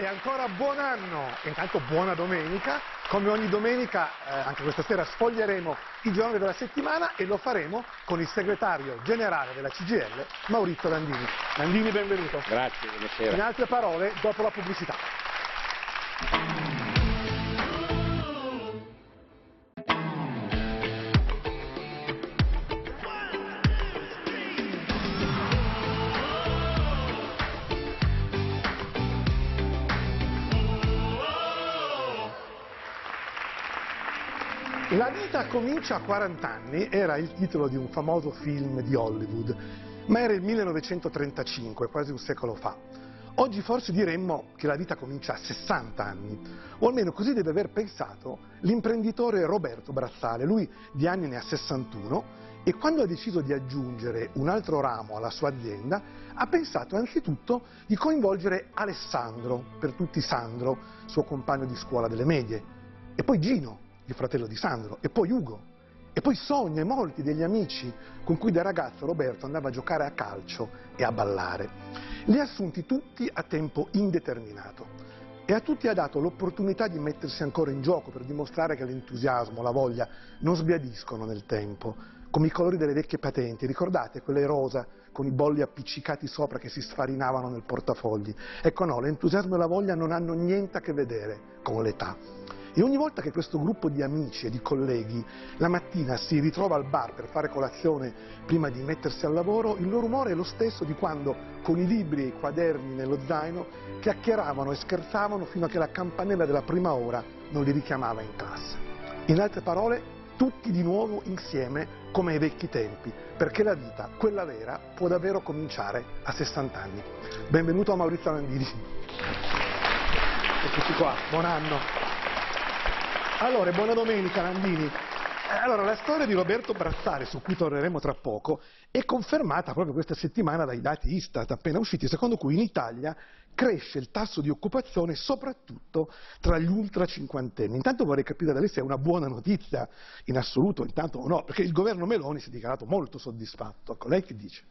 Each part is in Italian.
ancora buon anno e intanto buona domenica. Come ogni domenica, anche questa sera sfoglieremo i giorni della settimana e lo faremo con il segretario generale della CGIL, Maurizio Landini. Landini, benvenuto. Grazie, buonasera. In altre parole, dopo la pubblicità. La vita comincia a 40 anni era il titolo di un famoso film di Hollywood, ma era il 1935, quasi un secolo fa. Oggi forse diremmo che la vita comincia a 60 anni, o almeno così deve aver pensato l'imprenditore Roberto Brazzale. Lui di anni ne ha 61 e quando ha deciso di aggiungere un altro ramo alla sua azienda ha pensato anzitutto di coinvolgere Alessandro, per tutti Sandro, suo compagno di scuola delle medie, e poi Gino, il fratello di Sandro, e poi Ugo, e poi Sonia e molti degli amici con cui da ragazzo Roberto andava a giocare a calcio e a ballare. Li ha assunti tutti a tempo indeterminato e a tutti ha dato l'opportunità di mettersi ancora in gioco per dimostrare che l'entusiasmo, la voglia non sbiadiscono nel tempo, come i colori delle vecchie patenti, ricordate quelle rosa con i bolli appiccicati sopra che si sfarinavano nel portafogli? Ecco no, l'entusiasmo e la voglia non hanno niente a che vedere con l'età. E ogni volta che questo gruppo di amici e di colleghi la mattina si ritrova al bar per fare colazione prima di mettersi al lavoro, il loro umore è lo stesso di quando, con i libri e i quaderni nello zaino, chiacchieravano e scherzavano fino a che la campanella della prima ora non li richiamava in classe. In altre parole, tutti di nuovo insieme come ai vecchi tempi, perché la vita, quella vera, può davvero cominciare a 60 anni. Benvenuto a Maurizio Landini. Eccoci qua, buon anno. Allora, buona domenica Landini. Allora, la storia di Roberto Brazzale, su cui torneremo tra poco, è confermata proprio questa settimana dai dati Istat appena usciti, secondo cui in Italia cresce il tasso di occupazione soprattutto tra gli ultra cinquantenni. Intanto vorrei capire da lei se è una buona notizia in assoluto, intanto o no, perché il governo Meloni si è dichiarato molto soddisfatto. Ecco, lei che dice?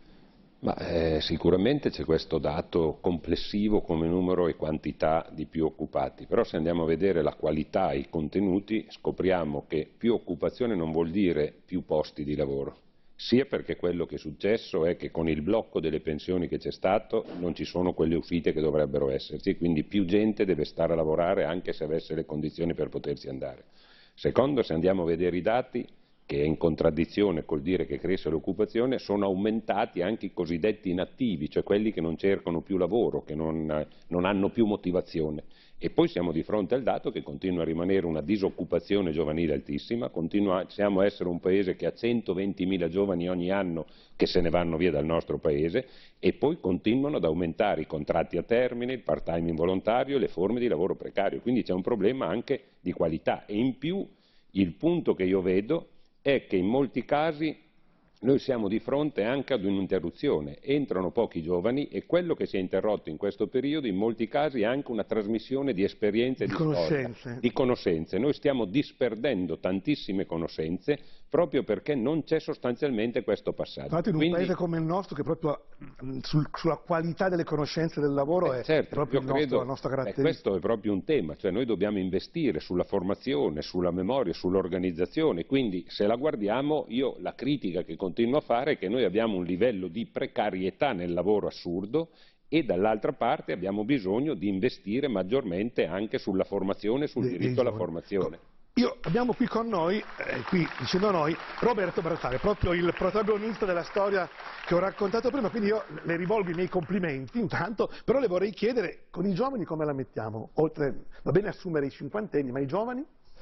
Sicuramente c'è questo dato complessivo come numero e quantità di più occupati, però se andiamo a vedere la qualità e i contenuti scopriamo che più occupazione non vuol dire più posti di lavoro, sia perché quello che è successo è che con il blocco delle pensioni che c'è stato non ci sono quelle uscite che dovrebbero esserci, quindi più gente deve stare a lavorare anche se avesse le condizioni per poterci andare. Secondo, se andiamo a vedere i dati, che è in contraddizione col dire che cresce l'occupazione, sono aumentati anche i cosiddetti inattivi, cioè quelli che non cercano più lavoro, che non hanno più motivazione. E poi siamo di fronte al dato che continua a rimanere una disoccupazione giovanile altissima, siamo a essere un paese che ha 120.000 giovani ogni anno che se ne vanno via dal nostro paese e poi continuano ad aumentare i contratti a termine, il part-time involontario e le forme di lavoro precario. Quindi c'è un problema anche di qualità e in più il punto che io vedo è che in molti casi noi siamo di fronte anche ad un'interruzione, entrano pochi giovani e quello che si è interrotto in questo periodo in molti casi è anche una trasmissione di esperienze e di conoscenze. Noi stiamo disperdendo tantissime conoscenze proprio perché non c'è sostanzialmente questo passaggio. Infatti in un paese come il nostro che proprio sulla qualità delle conoscenze del lavoro è proprio la nostra caratteristica. Questo è proprio un tema, cioè noi dobbiamo investire sulla formazione, sulla memoria, sull'organizzazione, quindi se la guardiamo la critica che continuo a fare è che noi abbiamo un livello di precarietà nel lavoro assurdo e dall'altra parte abbiamo bisogno di investire maggiormente anche sulla formazione, sul diritto alla formazione. Abbiamo qui con noi, qui dicendo noi, Roberto Brazzale, proprio il protagonista della storia che ho raccontato prima, quindi io le rivolgo i miei complimenti intanto, però le vorrei chiedere, con i giovani come la mettiamo? Va bene assumere i cinquantenni, ma i giovani?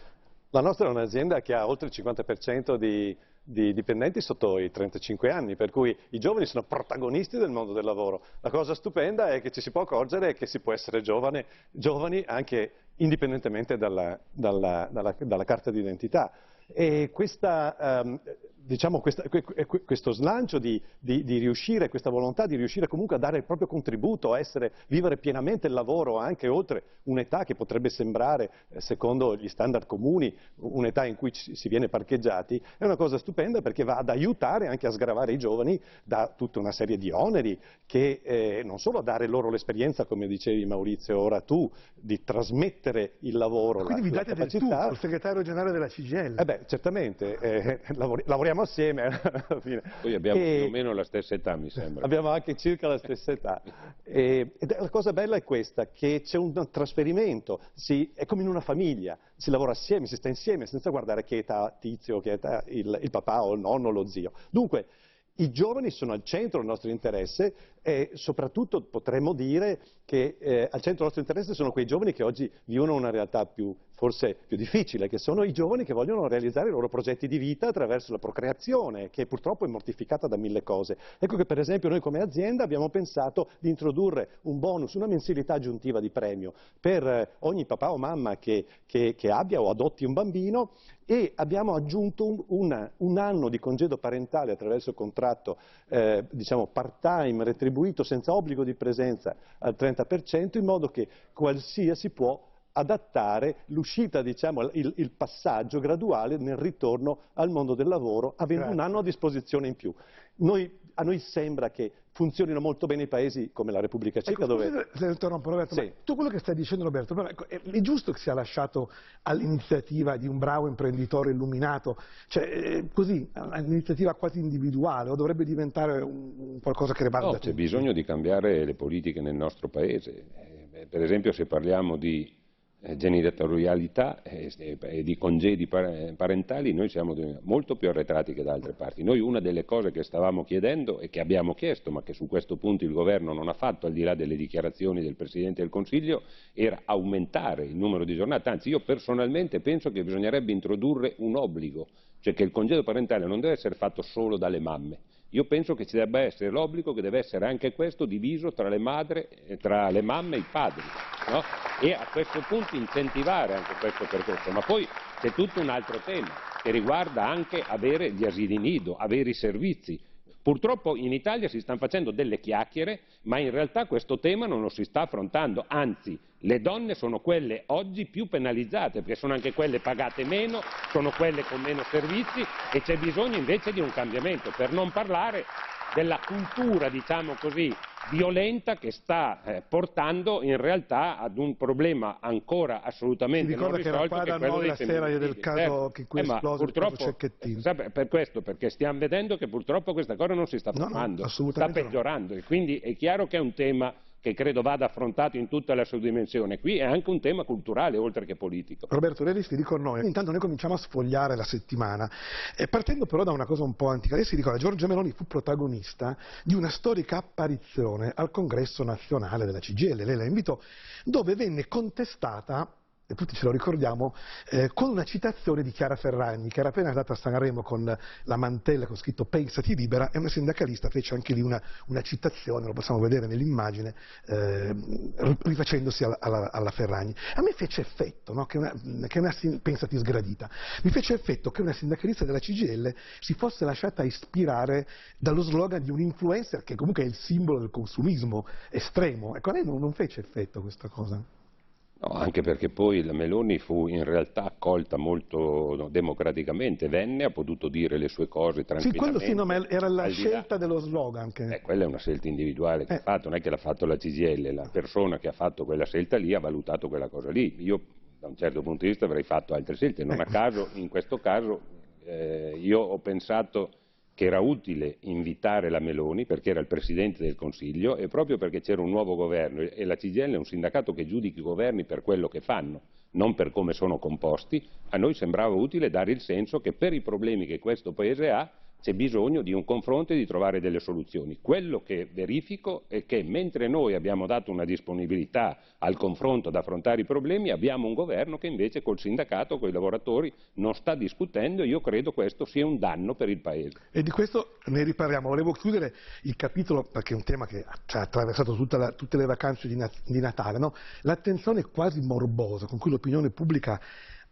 La nostra è un'azienda che ha oltre il 50% di dipendenti sotto i 35 anni, per cui i giovani sono protagonisti del mondo del lavoro. La cosa stupenda è che ci si può accorgere che si può essere giovani anche indipendentemente dalla carta d'identità. E diciamo, questo slancio di riuscire, questa volontà di riuscire comunque a dare il proprio contributo, a vivere pienamente il lavoro anche oltre un'età che potrebbe sembrare, secondo gli standard comuni, un'età in cui si viene parcheggiati, è una cosa stupenda perché va ad aiutare anche a sgravare i giovani da tutta una serie di oneri che non solo a dare loro l'esperienza, come dicevi Maurizio, ora tu, di trasmettere il lavoro, quindi vi date del tu al segretario generale della CGIL? Certamente, lavoriamo assieme alla fine. Poi abbiamo più o meno la stessa età, mi sembra. Abbiamo anche circa la stessa età. E la cosa bella è questa, che c'è un trasferimento, è come in una famiglia, si lavora assieme, si sta insieme, senza guardare che età tizio, che età il papà o il nonno o lo zio. Dunque, i giovani sono al centro del nostro interesse e soprattutto potremmo dire che al centro del nostro interesse sono quei giovani che oggi vivono una realtà forse più difficile, che sono i giovani che vogliono realizzare i loro progetti di vita attraverso la procreazione, che purtroppo è mortificata da mille cose. Ecco che per esempio noi come azienda abbiamo pensato di introdurre un bonus, una mensilità aggiuntiva di premio per ogni papà o mamma che abbia o adotti un bambino, e abbiamo aggiunto un anno di congedo parentale attraverso il contratto diciamo part-time retribuito senza obbligo di presenza al 30%, in modo che qualsiasi può adattare l'uscita, diciamo, il passaggio graduale nel ritorno al mondo del lavoro, avendo un anno a disposizione in più. A noi sembra che funzionino molto bene i paesi come la Repubblica Ceca, dove... Se interrompo, Roberto, sì. Tu quello che stai dicendo, Roberto, però, è giusto che sia lasciato all'iniziativa di un bravo imprenditore illuminato, cioè così, all'iniziativa quasi individuale, o dovrebbe diventare qualcosa che riguarda tutti? C'è bisogno di cambiare le politiche nel nostro paese. Per esempio, se parliamo di genitorialità e di congedi parentali, noi siamo molto più arretrati che da altre parti. Noi una delle cose che stavamo chiedendo e che abbiamo chiesto, ma che su questo punto il governo non ha fatto, al di là delle dichiarazioni del Presidente del Consiglio, era aumentare il numero di giornate. Anzi, io personalmente penso che bisognerebbe introdurre un obbligo, cioè che il congedo parentale non deve essere fatto solo dalle mamme. Io penso che ci debba essere l'obbligo, che deve essere anche questo diviso tra le mamme e i padri, no? E a questo punto incentivare anche questo percorso. Ma poi c'è tutto un altro tema che riguarda anche avere gli asili nido, avere i servizi. Purtroppo in Italia si stanno facendo delle chiacchiere, ma in realtà questo tema non lo si sta affrontando, anzi le donne sono quelle oggi più penalizzate, perché sono anche quelle pagate meno, sono quelle con meno servizi, e c'è bisogno invece di un cambiamento, per non parlare della cultura, diciamo così, violenta che sta portando in realtà ad un problema ancora assolutamente non risolto, che è quello dei femminicidi. Del caso che qui è esploso, purtroppo, Cecchettin. Per questo, perché stiamo vedendo che purtroppo questa cosa non si sta fermando, sta peggiorando, e quindi è chiaro che è un tema che credo vada affrontato in tutta la sua dimensione. Qui è anche un tema culturale, oltre che politico. Roberto, lei resti con noi. Intanto noi cominciamo a sfogliare la settimana, partendo però da una cosa un po' antica. Lei si ricorda, Giorgia Meloni fu protagonista di una storica apparizione al Congresso Nazionale della CGIL, lei la invitò, dove venne contestata, e tutti ce lo ricordiamo, con una citazione di Chiara Ferragni, che era appena andata a Sanremo con la mantella con scritto "Pensati libera", e una sindacalista fece anche lì una citazione, lo possiamo vedere nell'immagine, rifacendosi alla Ferragni. A me fece effetto, no? Pensati sgradita, mi fece effetto che una sindacalista della CGIL si fosse lasciata ispirare dallo slogan di un influencer che comunque è il simbolo del consumismo estremo. Ecco, a lei non fece effetto questa cosa? No, anche perché poi la Meloni fu in realtà accolta molto democraticamente, venne, ha potuto dire le sue cose tranquillamente. Sì, quello sì, ma era la scelta dello slogan. Quella è una scelta individuale che ha fatto, non è che l'ha fatto la CGIL, la persona che ha fatto quella scelta lì ha valutato quella cosa lì. Io da un certo punto di vista avrei fatto altre scelte, non a caso, in questo caso io ho pensato che era utile invitare la Meloni perché era il Presidente del Consiglio, e proprio perché c'era un nuovo governo, e la CGIL è un sindacato che giudica i governi per quello che fanno, non per come sono composti. A noi sembrava utile dare il senso che per i problemi che questo Paese ha c'è bisogno di un confronto e di trovare delle soluzioni. Quello che verifico è che mentre noi abbiamo dato una disponibilità al confronto ad affrontare i problemi, abbiamo un governo che invece col sindacato, con i lavoratori, non sta discutendo, e io credo questo sia un danno per il Paese. E di questo ne riparliamo. Volevo chiudere il capitolo, perché è un tema che ci ha attraversato tutte le vacanze di Natale, no? L'attenzione quasi morbosa con cui l'opinione pubblica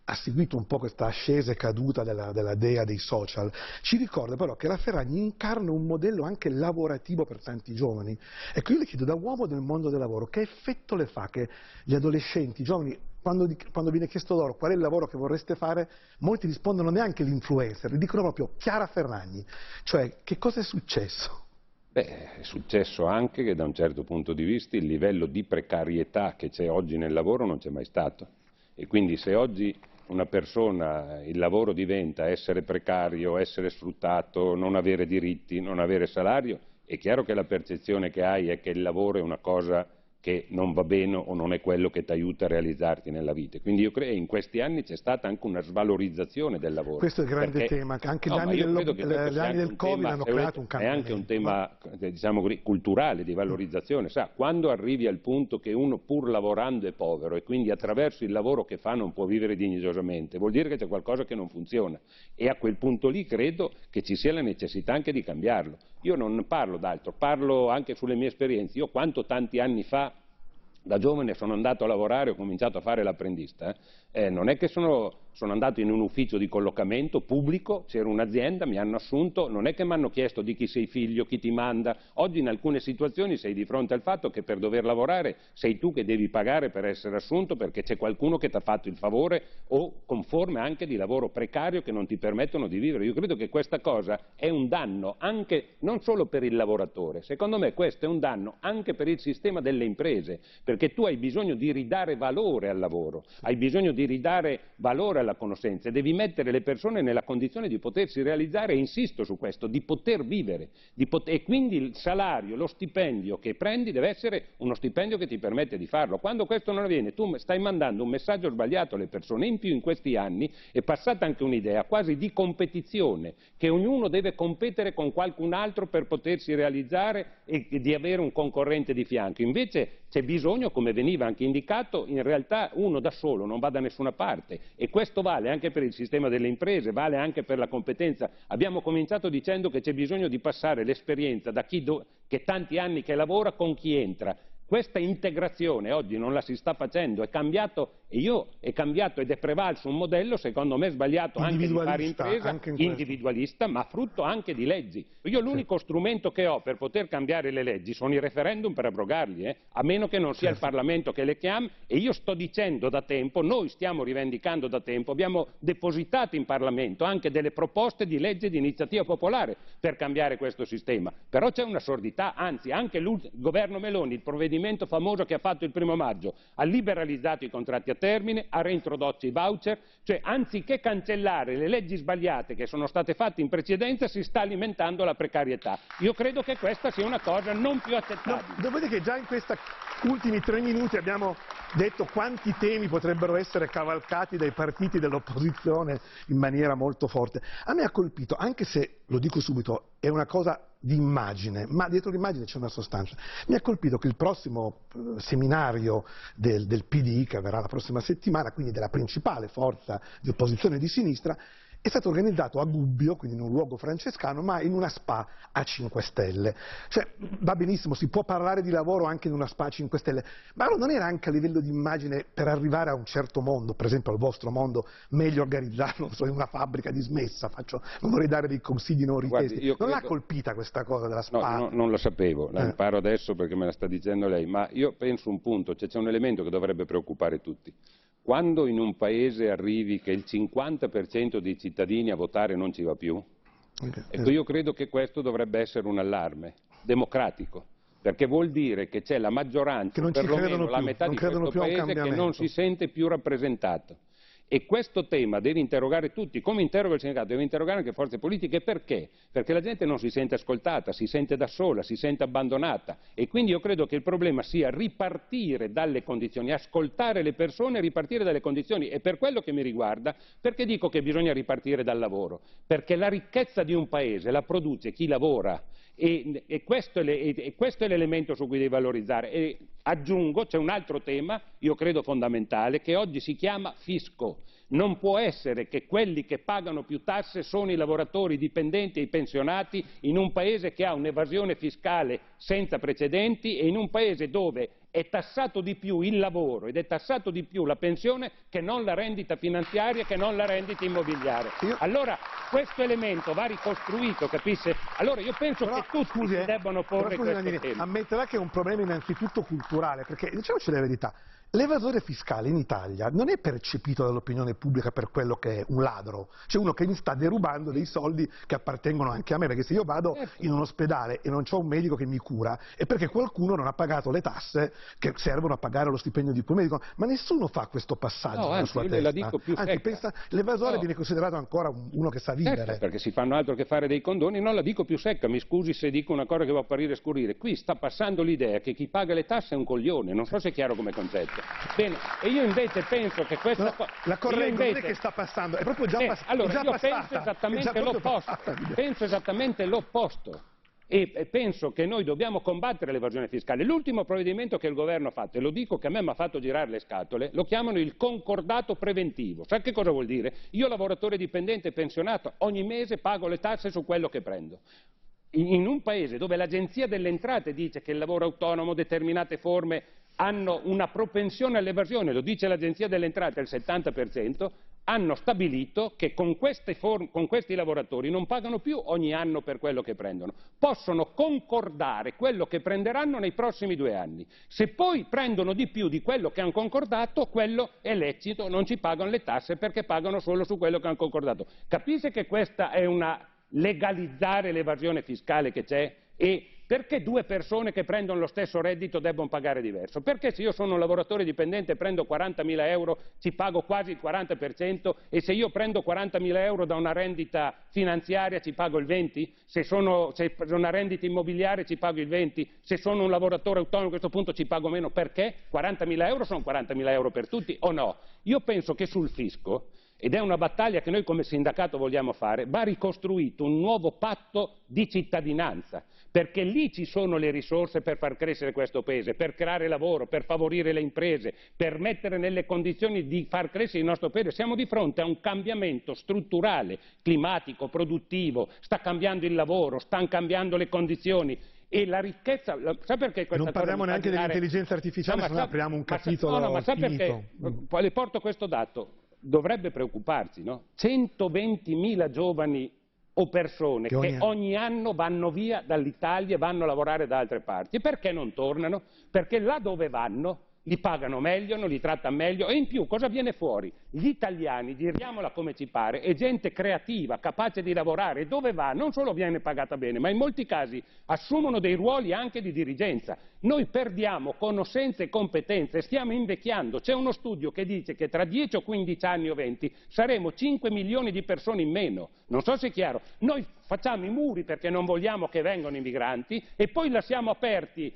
ha seguito un po' questa ascesa e caduta della dea dei social, ci ricorda però che la Ferragni incarna un modello anche lavorativo per tanti giovani. Ecco, io le chiedo, da uomo del mondo del lavoro, che effetto le fa che gli adolescenti, i giovani, quando viene chiesto loro qual è il lavoro che vorreste fare, molti rispondono neanche l'influencer, li dicono proprio Chiara Ferragni. Cioè, che cosa è successo? Beh, è successo anche che da un certo punto di vista il livello di precarietà che c'è oggi nel lavoro non c'è mai stato. E quindi se oggi una persona, il lavoro diventa essere precario, essere sfruttato, non avere diritti, non avere salario, è chiaro che la percezione che hai è che il lavoro è una cosa che non va bene o non è quello che ti aiuta a realizzarti nella vita. Quindi io credo che in questi anni c'è stata anche una svalorizzazione del lavoro. Questo è il grande tema, che anche gli anni del Covid hanno creato un cambiamento. È anche un tema, diciamo così, culturale, di valorizzazione. Sa, quando arrivi al punto che uno pur lavorando è povero e quindi attraverso il lavoro che fa non può vivere dignitosamente, vuol dire che c'è qualcosa che non funziona. E a quel punto lì credo che ci sia la necessità anche di cambiarlo. Io non parlo d'altro, parlo anche sulle mie esperienze. Io quanto tanti anni fa, da giovane, sono andato a lavorare, ho cominciato a fare l'apprendista, non è che sono andato in un ufficio di collocamento pubblico, c'era un'azienda, mi hanno assunto, non è che mi hanno chiesto di chi sei figlio, chi ti manda. Oggi in alcune situazioni sei di fronte al fatto che per dover lavorare sei tu che devi pagare per essere assunto perché c'è qualcuno che ti ha fatto il favore o con forme anche di lavoro precario che non ti permettono di vivere. Io credo che questa cosa è un danno anche, non solo per il lavoratore, secondo me questo è un danno anche per il sistema delle imprese, perché tu hai bisogno di ridare valore al lavoro, hai bisogno di ridare valore alla conoscenza e devi mettere le persone nella condizione di potersi realizzare, e insisto su questo, di poter vivere, e quindi il salario, lo stipendio che prendi deve essere uno stipendio che ti permette di farlo. Quando questo non avviene tu stai mandando un messaggio sbagliato alle persone. In più in questi anni è passata anche un'idea quasi di competizione, che ognuno deve competere con qualcun altro per potersi realizzare e di avere un concorrente di fianco. Invece c'è bisogno, come veniva anche indicato, in realtà uno da solo non va da nessuna parte, e questo vale anche per il sistema delle imprese, vale anche per la competenza. Abbiamo cominciato dicendo che c'è bisogno di passare l'esperienza da chi che tanti anni che lavora con chi entra. Questa integrazione oggi non la si sta facendo, è cambiato ed è prevalso un modello secondo me sbagliato anche di fare impresa, individualista, ma frutto anche di leggi. Io l'unico strumento che ho per poter cambiare le leggi sono i referendum per abrogarli, a meno che non sia il Parlamento che le chiami, e io sto dicendo da tempo, noi stiamo rivendicando da tempo, abbiamo depositato in Parlamento anche delle proposte di legge di iniziativa popolare per cambiare questo sistema, però c'è una sordità, anzi anche il governo Meloni, il provvedimento famoso che ha fatto il 1° maggio, ha liberalizzato i contratti a termine, ha reintrodotto i voucher, cioè anziché cancellare le leggi sbagliate che sono state fatte in precedenza si sta alimentando la precarietà. Io credo che questa sia una cosa non più accettabile. Dopodiché già in questi ultimi 3 minuti abbiamo detto quanti temi potrebbero essere cavalcati dai partiti dell'opposizione in maniera molto forte. A me ha colpito, anche se, lo dico subito, è una cosa di immagine, ma dietro l'immagine c'è una sostanza. Mi ha colpito che il prossimo seminario del PD, che avverrà la prossima settimana, quindi della principale forza di opposizione di sinistra, è stato organizzato a Gubbio, quindi in un luogo francescano, ma in una spa a 5 stelle. Cioè, va benissimo, si può parlare di lavoro anche in una spa a 5 stelle, ma non era anche a livello di immagine, per arrivare a un certo mondo, per esempio al vostro mondo, meglio organizzarlo in una fabbrica dismessa? Non vorrei dare dei consigli non richiesti. Non l'ha colpita questa cosa della spa? No, non lo sapevo, la imparo adesso perché me la sta dicendo lei, ma io penso un punto, c'è un elemento che dovrebbe preoccupare tutti. Quando in un paese arrivi che il 50% dei cittadini a votare non ci va più, ecco, io credo che questo dovrebbe essere un allarme democratico, perché vuol dire che c'è la maggioranza, perlomeno la metà di questo paese, che non si sente più rappresentato. E questo tema deve interrogare tutti, come interroga il sindacato, deve interrogare anche forze politiche. Perché? Perché la gente non si sente ascoltata, si sente da sola, si sente abbandonata, e quindi io credo che il problema sia ripartire dalle condizioni, ascoltare le persone e ripartire dalle condizioni. E per quello che mi riguarda, perché dico che bisogna ripartire dal lavoro? Perché la ricchezza di un paese la produce chi lavora. E questo è l'elemento su cui devi valorizzare. E aggiungo, c'è un altro tema, io credo fondamentale, che oggi si chiama fisco. Non può essere che quelli che pagano più tasse sono i lavoratori dipendenti e i pensionati in un paese che ha un'evasione fiscale senza precedenti e in un paese dove è tassato di più il lavoro ed è tassato di più la pensione che non la rendita finanziaria, che non la rendita immobiliare. Allora questo elemento va ricostruito, capisce? Allora io penso che tutti si debbano porre questo tema. Ammetterà che è un problema innanzitutto culturale, perché diciamoci la verità, l'evasore fiscale in Italia non è percepito dall'opinione pubblica per quello che è un ladro, cioè uno che mi sta derubando dei soldi che appartengono anche a me, perché se io vado in un ospedale e non c'ho un medico che mi cura è perché qualcuno non ha pagato le tasse che servono a pagare lo stipendio di quel medico, ma nessuno fa questo passaggio nella sua testa. La dico più secca. L'evasore viene considerato ancora uno che sa vivere. Certo, perché si fanno altro che fare dei condoni, non la dico più secca, mi scusi se dico una cosa che può apparire scurrile, qui sta passando l'idea che chi paga le tasse è un coglione, non so se è chiaro come concetto. Bene, e io invece penso che questa cosa... La correggo, non è che sta passando, è proprio già passata. Allora, io penso esattamente l'opposto, penso esattamente l'opposto. E penso che noi dobbiamo combattere l'evasione fiscale. L'ultimo provvedimento che il governo ha fatto, e lo dico che a me mi ha fatto girare le scatole, lo chiamano il concordato preventivo. Sa che cosa vuol dire? Io lavoratore dipendente e pensionato ogni mese pago le tasse su quello che prendo. In un paese dove l'Agenzia delle Entrate dice che il lavoro autonomo, determinate forme hanno una propensione all'evasione, lo dice l'Agenzia delle Entrate il 70%, hanno stabilito che con questi lavoratori non pagano più ogni anno per quello che prendono, possono concordare quello che prenderanno nei prossimi 2 anni. Se poi prendono di più di quello che hanno concordato, quello è lecito, non ci pagano le tasse perché pagano solo su quello che hanno concordato. Capisce che questa è una legalizzare l'evasione fiscale che c'è? E perché 2 persone che prendono lo stesso reddito debbono pagare diverso? Perché se io sono un lavoratore dipendente e prendo 40.000 euro ci pago quasi il 40% e se io prendo 40.000 euro da una rendita finanziaria ci pago il 20%? Se sono una rendita immobiliare ci pago il 20%? Se sono un lavoratore autonomo a questo punto ci pago meno? Perché? 40.000 euro sono 40.000 euro per tutti o no? Io penso che sul fisco, ed è una battaglia che noi come sindacato vogliamo fare, va ricostruito un nuovo patto di cittadinanza, perché lì ci sono le risorse per far crescere questo paese, per creare lavoro, per favorire le imprese, per mettere nelle condizioni di far crescere il nostro paese. Siamo di fronte a un cambiamento strutturale, climatico, produttivo, sta cambiando il lavoro, stanno cambiando le condizioni. E la ricchezza, sa perché questa non parliamo neanche dell'intelligenza artificiale, se no apriamo un capitolo ma sa infinito. perché? Le porto questo dato. Dovrebbe preoccuparci, no? 120.000 giovani o persone che ogni anno vanno via dall'Italia e vanno a lavorare da altre parti. E perché non tornano? Perché là dove vanno li pagano meglio, non li trattano meglio e in più cosa viene fuori? Gli italiani, diriamola come ci pare, è gente creativa, capace di lavorare e dove va non solo viene pagata bene, ma in molti casi assumono dei ruoli anche di dirigenza. Noi perdiamo conoscenze e competenze, stiamo invecchiando. C'è uno studio che dice che tra 10 o 15 anni o 20 saremo 5 milioni di persone in meno. Non so se è chiaro. Noi facciamo i muri perché non vogliamo che vengano i migranti e poi lasciamo aperti,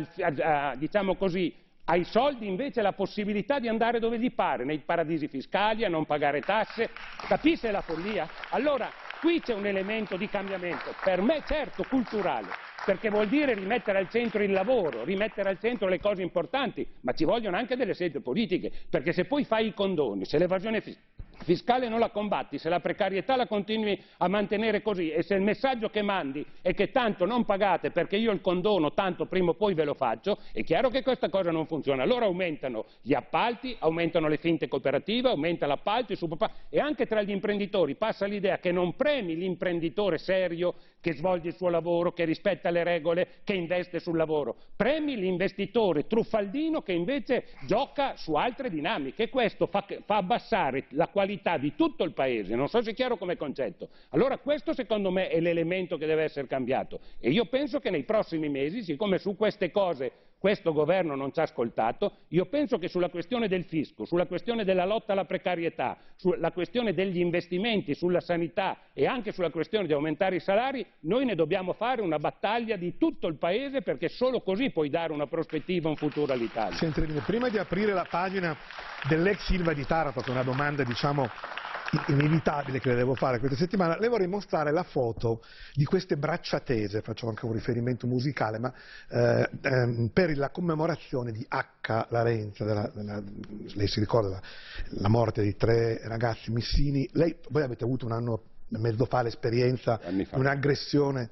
diciamo così, ai soldi invece la possibilità di andare dove gli pare, nei paradisi fiscali, a non pagare tasse. Capisce la follia? Allora, qui c'è un elemento di cambiamento, per me certo culturale, perché vuol dire rimettere al centro il lavoro, rimettere al centro le cose importanti, ma ci vogliono anche delle scelte politiche, perché se poi fai i condoni, se l'evasione fiscale non la combatti, se la precarietà la continui a mantenere così e se il messaggio che mandi è che tanto non pagate perché io il condono tanto prima o poi ve lo faccio, è chiaro che questa cosa non funziona. Allora aumentano gli appalti, aumentano le finte cooperative, aumenta l'appalto, i subappalti e anche tra gli imprenditori passa l'idea che non premi l'imprenditore serio che svolge il suo lavoro, che rispetta le regole, che investe sul lavoro, premi l'investitore truffaldino che invece gioca su altre dinamiche e questo fa abbassare la qualità di tutto il paese, non so se è chiaro come concetto. Allora questo secondo me è l'elemento che deve essere cambiato e io penso che nei prossimi mesi, siccome su queste cose questo governo non ci ha ascoltato, io penso che sulla questione del fisco, sulla questione della lotta alla precarietà, sulla questione degli investimenti, sulla sanità e anche sulla questione di aumentare i salari, noi ne dobbiamo fare una battaglia di tutto il paese perché solo così puoi dare una prospettiva, un futuro all'Italia. Prima di aprire la pagina dell'ex Ilva di Taranto, che è una domanda diciamo inevitabile che le devo fare questa settimana, le vorrei mostrare la foto di queste braccia tese, faccio anche un riferimento musicale, ma per la commemorazione di H. Larenza, lei si ricorda la morte di 3 ragazzi missini, voi avete avuto un anno e mezzo fa l'esperienza di un'aggressione,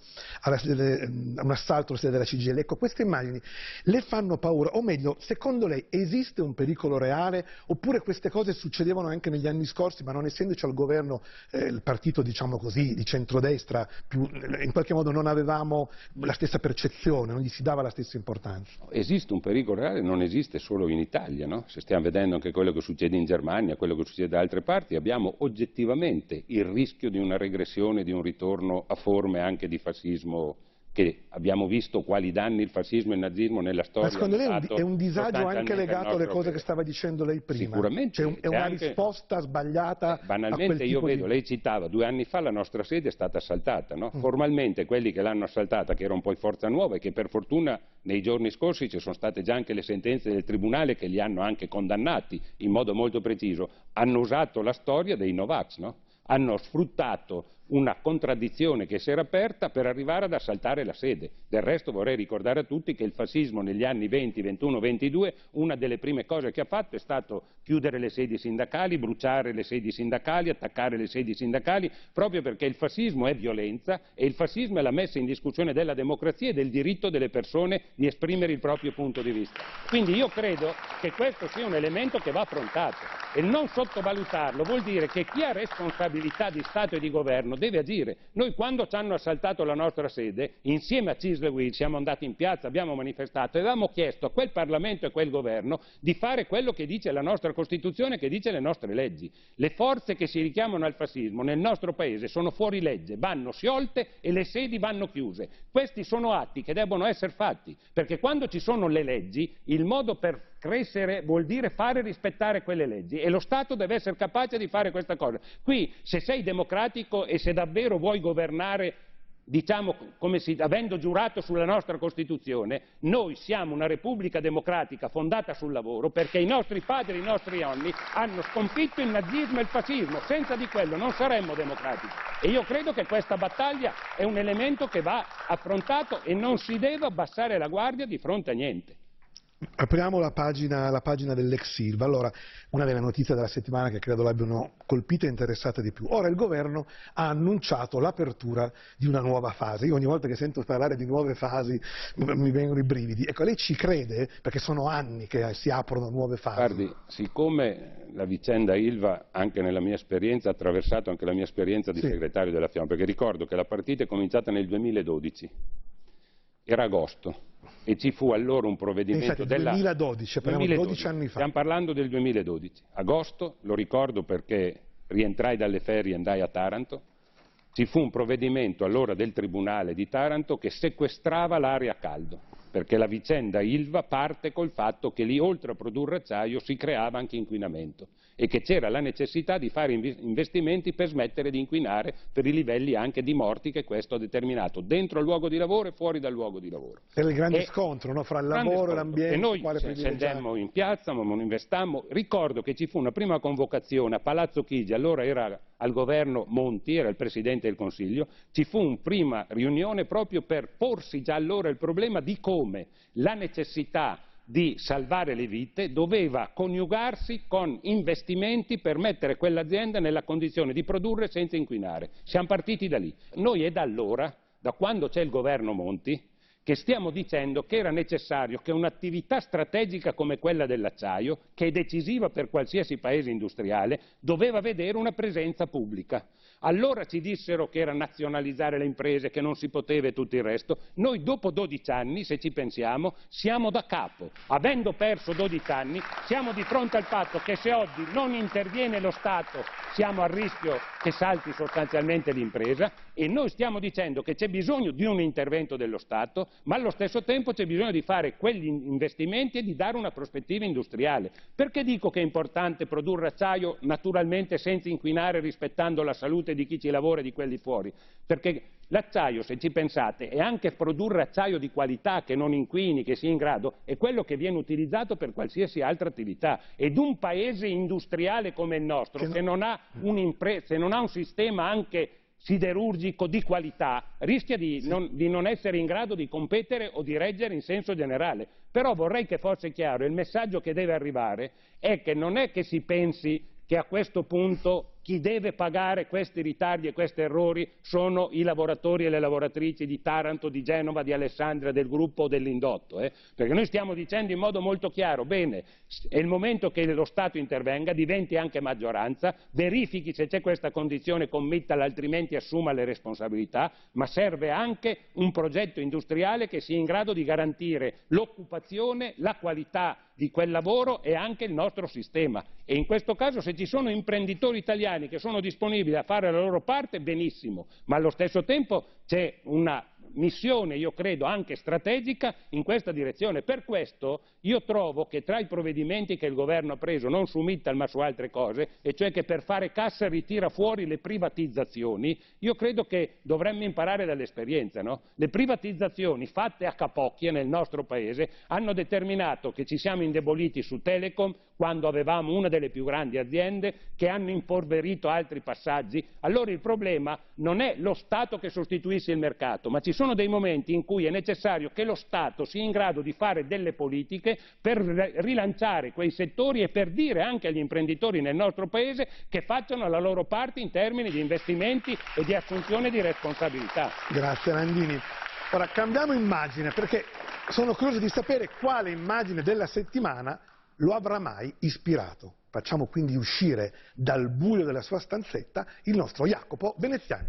un assalto alla sede della CGIL. Ecco, queste immagini le fanno paura, o meglio, secondo lei esiste un pericolo reale, oppure queste cose succedevano anche negli anni scorsi, ma non essendoci al governo il partito, diciamo così, di centrodestra, in qualche modo non avevamo la stessa percezione, non gli si dava la stessa importanza? Esiste un pericolo reale, non esiste solo in Italia, no? Se stiamo vedendo anche quello che succede in Germania, quello che succede da altre parti, abbiamo oggettivamente il rischio di una regressione, di un ritorno a forme anche di fascismo, che abbiamo visto quali danni il fascismo e il nazismo nella storia. Ma secondo lei è un disagio anche legato alle cose che stava dicendo lei prima? Sicuramente. È una risposta sbagliata banalmente io vedo, lei citava, 2 anni fa la nostra sede è stata assaltata, no? Formalmente quelli che l'hanno assaltata, che erano poi Forza Nuova e che per fortuna nei giorni scorsi ci sono state già anche le sentenze del Tribunale che li hanno anche condannati in modo molto preciso, hanno usato la storia dei Novax, no? Hanno sfruttato una contraddizione che si era aperta per arrivare ad assaltare la sede. Del resto vorrei ricordare a tutti che il fascismo negli anni 20, 21, 22, una delle prime cose che ha fatto è stato chiudere le sedi sindacali, bruciare le sedi sindacali, attaccare le sedi sindacali, proprio perché il fascismo è violenza e il fascismo è la messa in discussione della democrazia e del diritto delle persone di esprimere il proprio punto di vista. Quindi io credo che questo sia un elemento che va affrontato e non sottovalutarlo vuol dire che chi ha responsabilità di Stato e di governo deve agire. Noi quando ci hanno assaltato la nostra sede, insieme a Cislewill siamo andati in piazza, abbiamo manifestato e avevamo chiesto a quel Parlamento e a quel governo di fare quello che dice la nostra Costituzione, che dice le nostre leggi. Le forze che si richiamano al fascismo nel nostro Paese sono fuori legge, vanno sciolte e le sedi vanno chiuse. Questi sono atti che debbono essere fatti, perché quando ci sono le leggi, il modo per crescere vuol dire fare rispettare quelle leggi e lo Stato deve essere capace di fare questa cosa. Qui, se sei democratico e se davvero vuoi governare, diciamo, avendo giurato sulla nostra Costituzione, noi siamo una Repubblica democratica fondata sul lavoro perché i nostri padri e i nostri nonni hanno sconfitto il nazismo e il fascismo, senza di quello non saremmo democratici. E io credo che questa battaglia è un elemento che va affrontato e non si deve abbassare la guardia di fronte a niente. Apriamo la pagina dell'ex Ilva. Allora, una delle notizie della settimana che credo l'abbiano colpita e interessata di più. Ora il governo ha annunciato l'apertura di una nuova fase. Io ogni volta che sento parlare di nuove fasi mi vengono i brividi. Ecco, lei ci crede? Perché sono anni che si aprono nuove fasi. Guardi, siccome la vicenda Ilva, anche nella mia esperienza, ha attraversato anche la mia esperienza di segretario della Fiamma, perché ricordo che la partita è cominciata nel 2012, era agosto. E ci fu allora un provvedimento del 2012, parliamo 12 anni fa. Stiamo parlando del 2012. Agosto, lo ricordo perché rientrai dalle ferie e andai a Taranto, ci fu un provvedimento allora del Tribunale di Taranto che sequestrava l'area a caldo, perché la vicenda Ilva parte col fatto che lì oltre a produrre acciaio si creava anche inquinamento e che c'era la necessità di fare investimenti per smettere di inquinare per i livelli anche di morti che questo ha determinato dentro il luogo di lavoro e fuori dal luogo di lavoro. Era il grande scontro, no? Fra il lavoro e l'ambiente. E noi scendemmo in piazza, manifestammo. Ricordo che ci fu una prima convocazione a Palazzo Chigi, allora era al governo Monti, era il Presidente del Consiglio, ci fu una prima riunione proprio per porsi già allora il problema di come la necessità di salvare le vite doveva coniugarsi con investimenti per mettere quell'azienda nella condizione di produrre senza inquinare. Siamo partiti da lì. Noi è da allora, da quando c'è il governo Monti, che stiamo dicendo che era necessario che un'attività strategica come quella dell'acciaio, che è decisiva per qualsiasi paese industriale, doveva vedere una presenza pubblica. Allora ci dissero che era nazionalizzare le imprese, che non si poteva e tutto il resto. Noi dopo 12 anni, se ci pensiamo, siamo da capo. Avendo perso 12 anni, siamo di fronte al fatto che se oggi non interviene lo Stato, siamo a rischio che salti sostanzialmente l'impresa e noi stiamo dicendo che c'è bisogno di un intervento dello Stato, ma allo stesso tempo c'è bisogno di fare quegli investimenti e di dare una prospettiva industriale. Perché dico che è importante produrre acciaio naturalmente senza inquinare, rispettando la salute di chi ci lavora e di quelli fuori? Perché l'acciaio, se ci pensate, è anche produrre acciaio di qualità, che non inquini, che sia in grado, è quello che viene utilizzato per qualsiasi altra attività. Ed un paese industriale come il nostro, se non ha un sistema anche siderurgico di qualità, rischia di non essere in grado di competere o di reggere in senso generale. Però vorrei che fosse chiaro, il messaggio che deve arrivare è che non è che si pensi che a questo punto chi deve pagare questi ritardi e questi errori sono i lavoratori e le lavoratrici di Taranto, di Genova, di Alessandria, del gruppo o dell'indotto, perché noi stiamo dicendo in modo molto chiaro, bene, è il momento che lo Stato intervenga, diventi anche maggioranza, verifichi se c'è questa condizione con Mittal, altrimenti assuma le responsabilità, ma serve anche un progetto industriale che sia in grado di garantire l'occupazione, la qualità di quel lavoro e anche il nostro sistema. E in questo caso, se ci sono imprenditori italiani che sono disponibili a fare la loro parte, benissimo, ma allo stesso tempo c'è una missione, io credo, anche strategica in questa direzione. Per questo io trovo che tra i provvedimenti che il governo ha preso, non su Mittal ma su altre cose, e cioè che per fare cassa ritira fuori le privatizzazioni, io credo che dovremmo imparare dall'esperienza, no? Le privatizzazioni fatte a capocchia nel nostro paese hanno determinato che ci siamo indeboliti su Telecom, quando avevamo una delle più grandi aziende, che hanno impoverito altri passaggi. Allora il problema non è lo Stato che sostituisce il mercato, ma ci sono dei momenti in cui è necessario che lo Stato sia in grado di fare delle politiche per rilanciare quei settori e per dire anche agli imprenditori nel nostro Paese che facciano la loro parte in termini di investimenti e di assunzione di responsabilità. Grazie Landini. Ora cambiamo immagine, perché sono curioso di sapere quale immagine della settimana lo avrà mai ispirato. Facciamo quindi uscire dal buio della sua stanzetta il nostro Jacopo Veneziani.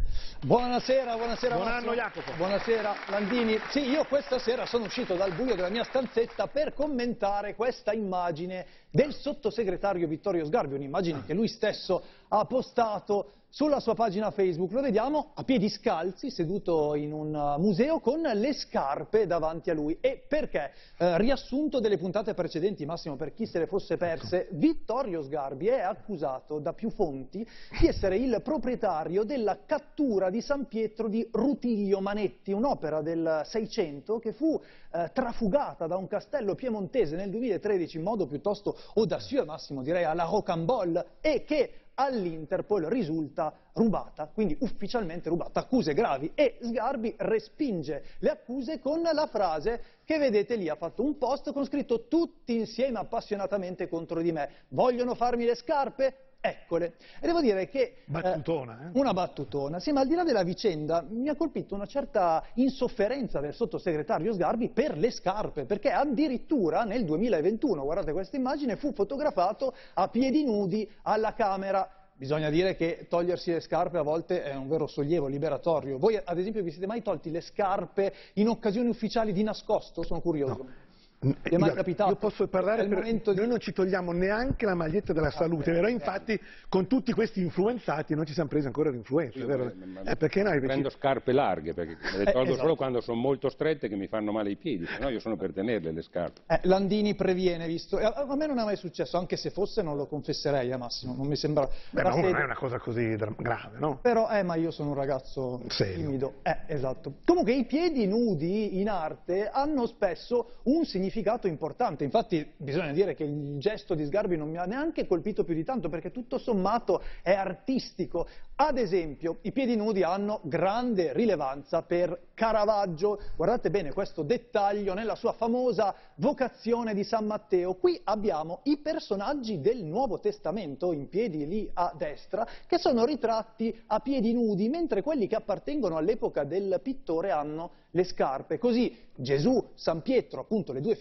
Buon anno Jacopo. Buonasera Landini. Sì, io questa sera sono uscito dal buio della mia stanzetta per commentare questa immagine del sottosegretario Vittorio Sgarbi, un'immagine che lui stesso ha postato sulla sua pagina Facebook. Lo vediamo a piedi scalzi, seduto in un museo con le scarpe davanti a lui. E perché? Riassunto delle puntate precedenti, Massimo, per chi se le fosse perse, Vittorio Sgarbi è accusato da più fonti di essere il proprietario della cattura di San Pietro di Rutilio Manetti, un'opera del Seicento che fu trafugata da un castello piemontese nel 2013 in modo piuttosto audacieux, Massimo, direi alla rocambole, e che all'Interpol risulta rubata, quindi ufficialmente rubata, accuse gravi, e Sgarbi respinge le accuse con la frase che vedete lì, ha fatto un post con scritto "tutti insieme appassionatamente contro di me, vogliono farmi le scarpe? Eccole". E devo dire che... Battutona, Una battutona, sì, ma al di là della vicenda mi ha colpito una certa insofferenza del sottosegretario Sgarbi per le scarpe, perché addirittura nel 2021, guardate questa immagine, fu fotografato a piedi nudi alla Camera. Bisogna dire che togliersi le scarpe a volte è un vero sollievo liberatorio. Voi ad esempio vi siete mai tolti le scarpe in occasioni ufficiali di nascosto? Sono curioso. No. È mai capitato? Io posso parlare noi non ci togliamo neanche la maglietta della salute, vero? Infatti con tutti questi influenzati non ci siamo presi ancora l'influenza, vero? Perché prendo scarpe larghe, perché me le tolgo solo quando sono molto strette, che mi fanno male i piedi, se no io sono per tenerle le scarpe. Landini previene, visto? A me non è mai successo, anche se fosse non lo confesserei, Massimo, non mi sembra... Beh, ma non è una cosa così grave, no? Però, ma io sono un ragazzo timido. Esatto. Comunque i piedi nudi in arte hanno spesso un significato importante, infatti bisogna dire che il gesto di Sgarbi non mi ha neanche colpito più di tanto, perché tutto sommato è artistico. Ad esempio, i piedi nudi hanno grande rilevanza per Caravaggio. Guardate bene questo dettaglio nella sua famosa Vocazione di San Matteo. Qui abbiamo i personaggi del Nuovo Testamento, in piedi lì a destra, che sono ritratti a piedi nudi, mentre quelli che appartengono all'epoca del pittore hanno le scarpe. Così Gesù, San Pietro, appunto le due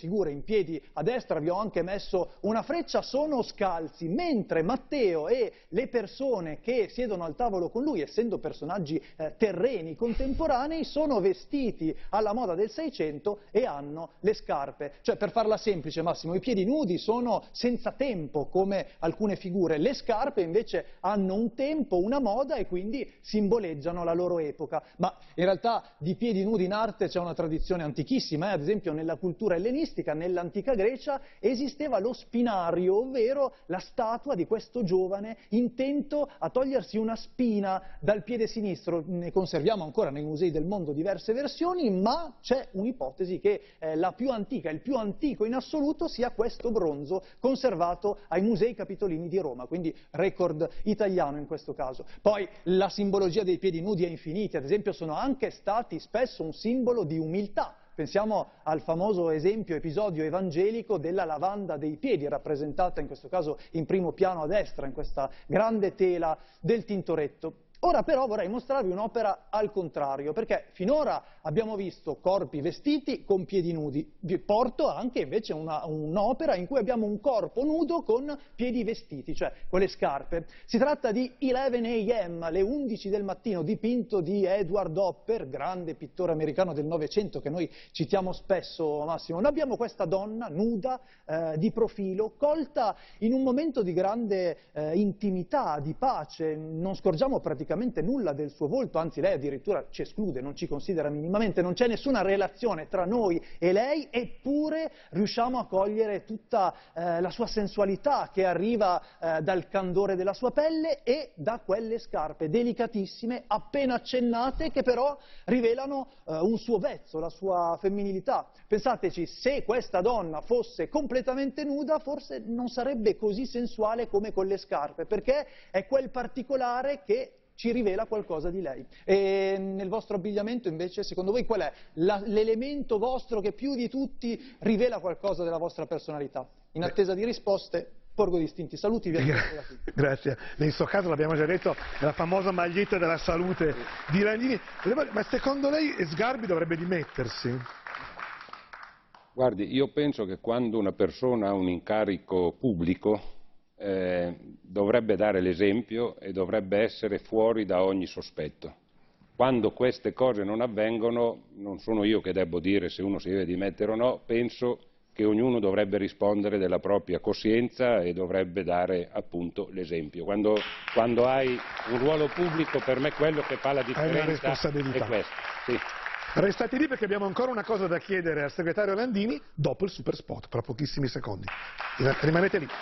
figure in piedi a destra, vi ho anche messo una freccia, sono scalzi, mentre Matteo e le persone che siedono al tavolo con lui, essendo personaggi terreni, contemporanei, sono vestiti alla moda del 600 e hanno le scarpe. Cioè, per farla semplice, Massimo, i piedi nudi sono senza tempo come alcune figure, le scarpe invece hanno un tempo, una moda e quindi simboleggiano la loro epoca. Ma in realtà di piedi nudi in arte c'è una tradizione antichissima, ad esempio nella cultura ellenistica, nell'antica Grecia, esisteva lo spinario, ovvero la statua di questo giovane intento a togliersi una spina dal piede sinistro. Ne conserviamo ancora nei musei del mondo diverse versioni, ma c'è un'ipotesi che la più antica, il più antico in assoluto, sia questo bronzo conservato ai Musei Capitolini di Roma, quindi record italiano in questo caso. Poi la simbologia dei piedi nudi è infinita, ad esempio sono anche stati spesso un simbolo di umiltà. Pensiamo al famoso episodio evangelico della lavanda dei piedi, rappresentata in questo caso in primo piano a destra, in questa grande tela del Tintoretto. Ora però vorrei mostrarvi un'opera al contrario, perché finora abbiamo visto corpi vestiti con piedi nudi. Vi porto anche invece un'opera in cui abbiamo un corpo nudo con piedi vestiti, cioè con le scarpe. Si tratta di 11 a.m., le 11 del mattino, dipinto di Edward Hopper, grande pittore americano del Novecento che noi citiamo spesso, Massimo. Noi abbiamo questa donna nuda, di profilo, colta in un momento di grande intimità, di pace. Non scorgiamo praticamente nulla del suo volto, anzi lei addirittura ci esclude, non ci considera minimamente, non c'è nessuna relazione tra noi e lei, eppure riusciamo a cogliere tutta la sua sensualità che arriva dal candore della sua pelle e da quelle scarpe delicatissime, appena accennate, che però rivelano un suo vezzo, la sua femminilità. Pensateci, se questa donna fosse completamente nuda, forse non sarebbe così sensuale come con le scarpe, perché è quel particolare che ci rivela qualcosa di lei. E nel vostro abbigliamento invece, secondo voi, qual è l'elemento vostro che più di tutti rivela qualcosa della vostra personalità? In attesa di risposte, porgo distinti saluti. Grazie. Nel suo caso, l'abbiamo già detto, è la famosa maglietta della salute di Landini. Ma secondo lei Sgarbi dovrebbe dimettersi? Guardi, io penso che quando una persona ha un incarico pubblico dovrebbe dare l'esempio e dovrebbe essere fuori da ogni sospetto. Quando queste cose non avvengono, non sono io che devo dire se uno si deve dimettere o no, penso che ognuno dovrebbe rispondere della propria coscienza e dovrebbe dare appunto l'esempio. Quando hai un ruolo pubblico, per me quello che fa la differenza è questo. Sì. Restate lì perché abbiamo ancora una cosa da chiedere al segretario Landini dopo il super spot, tra pochissimi secondi. Rimanete lì.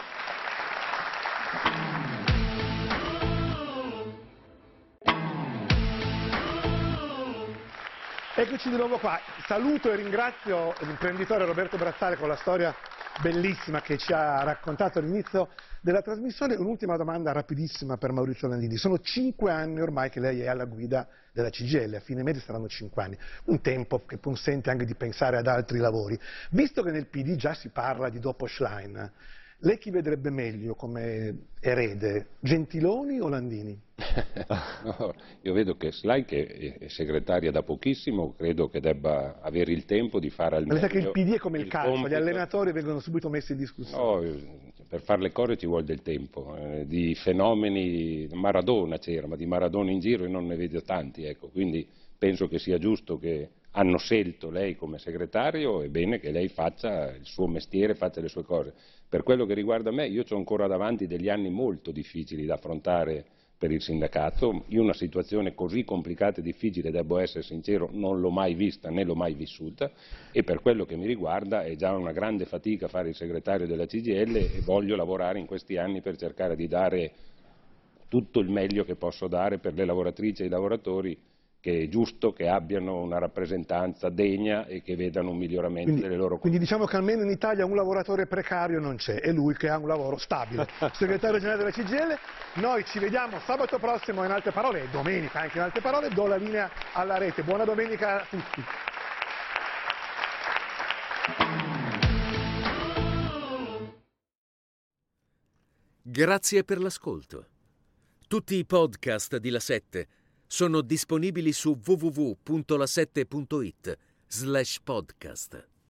Eccoci di nuovo qua. Saluto e ringrazio l'imprenditore Roberto Brazzale con la storia bellissima che ci ha raccontato all'inizio della trasmissione. Un'ultima domanda rapidissima per Maurizio Landini. Sono 5 anni ormai che lei è alla guida della CGIL, a fine mese saranno 5 anni, un tempo che consente anche di pensare ad altri lavori. Visto che nel PD già si parla di dopo Schlein, lei chi vedrebbe meglio come erede, Gentiloni o Landini? No, io vedo che Schlein, che è segretaria da pochissimo, credo che debba avere il tempo di fare al meglio. Ma sa che il PD è come il calcio, compito. Gli allenatori vengono subito messi in discussione. No, per fare le cose ci vuole del tempo. Di fenomeni, Maradona c'era, ma di Maradona in giro io non ne vedo tanti, ecco. Quindi penso che sia giusto che hanno scelto lei come segretario, è bene che lei faccia il suo mestiere, faccia le sue cose. Per quello che riguarda me, io ho ancora davanti degli anni molto difficili da affrontare per il sindacato. Io una situazione così complicata e difficile, devo essere sincero, non l'ho mai vista né l'ho mai vissuta, e per quello che mi riguarda è già una grande fatica fare il segretario della CGIL e voglio lavorare in questi anni per cercare di dare tutto il meglio che posso dare per le lavoratrici e i lavoratori, che è giusto che abbiano una rappresentanza degna e che vedano un miglioramento delle loro condizioni. Quindi diciamo che almeno in Italia un lavoratore precario non c'è, è lui che ha un lavoro stabile. Segretario generale della CGIL, noi ci vediamo sabato prossimo in altre parole, e domenica anche in altre parole, do la linea alla rete. Buona domenica a tutti. Grazie per l'ascolto. Tutti i podcast di La 7 sono disponibili su www.la7.it/podcast.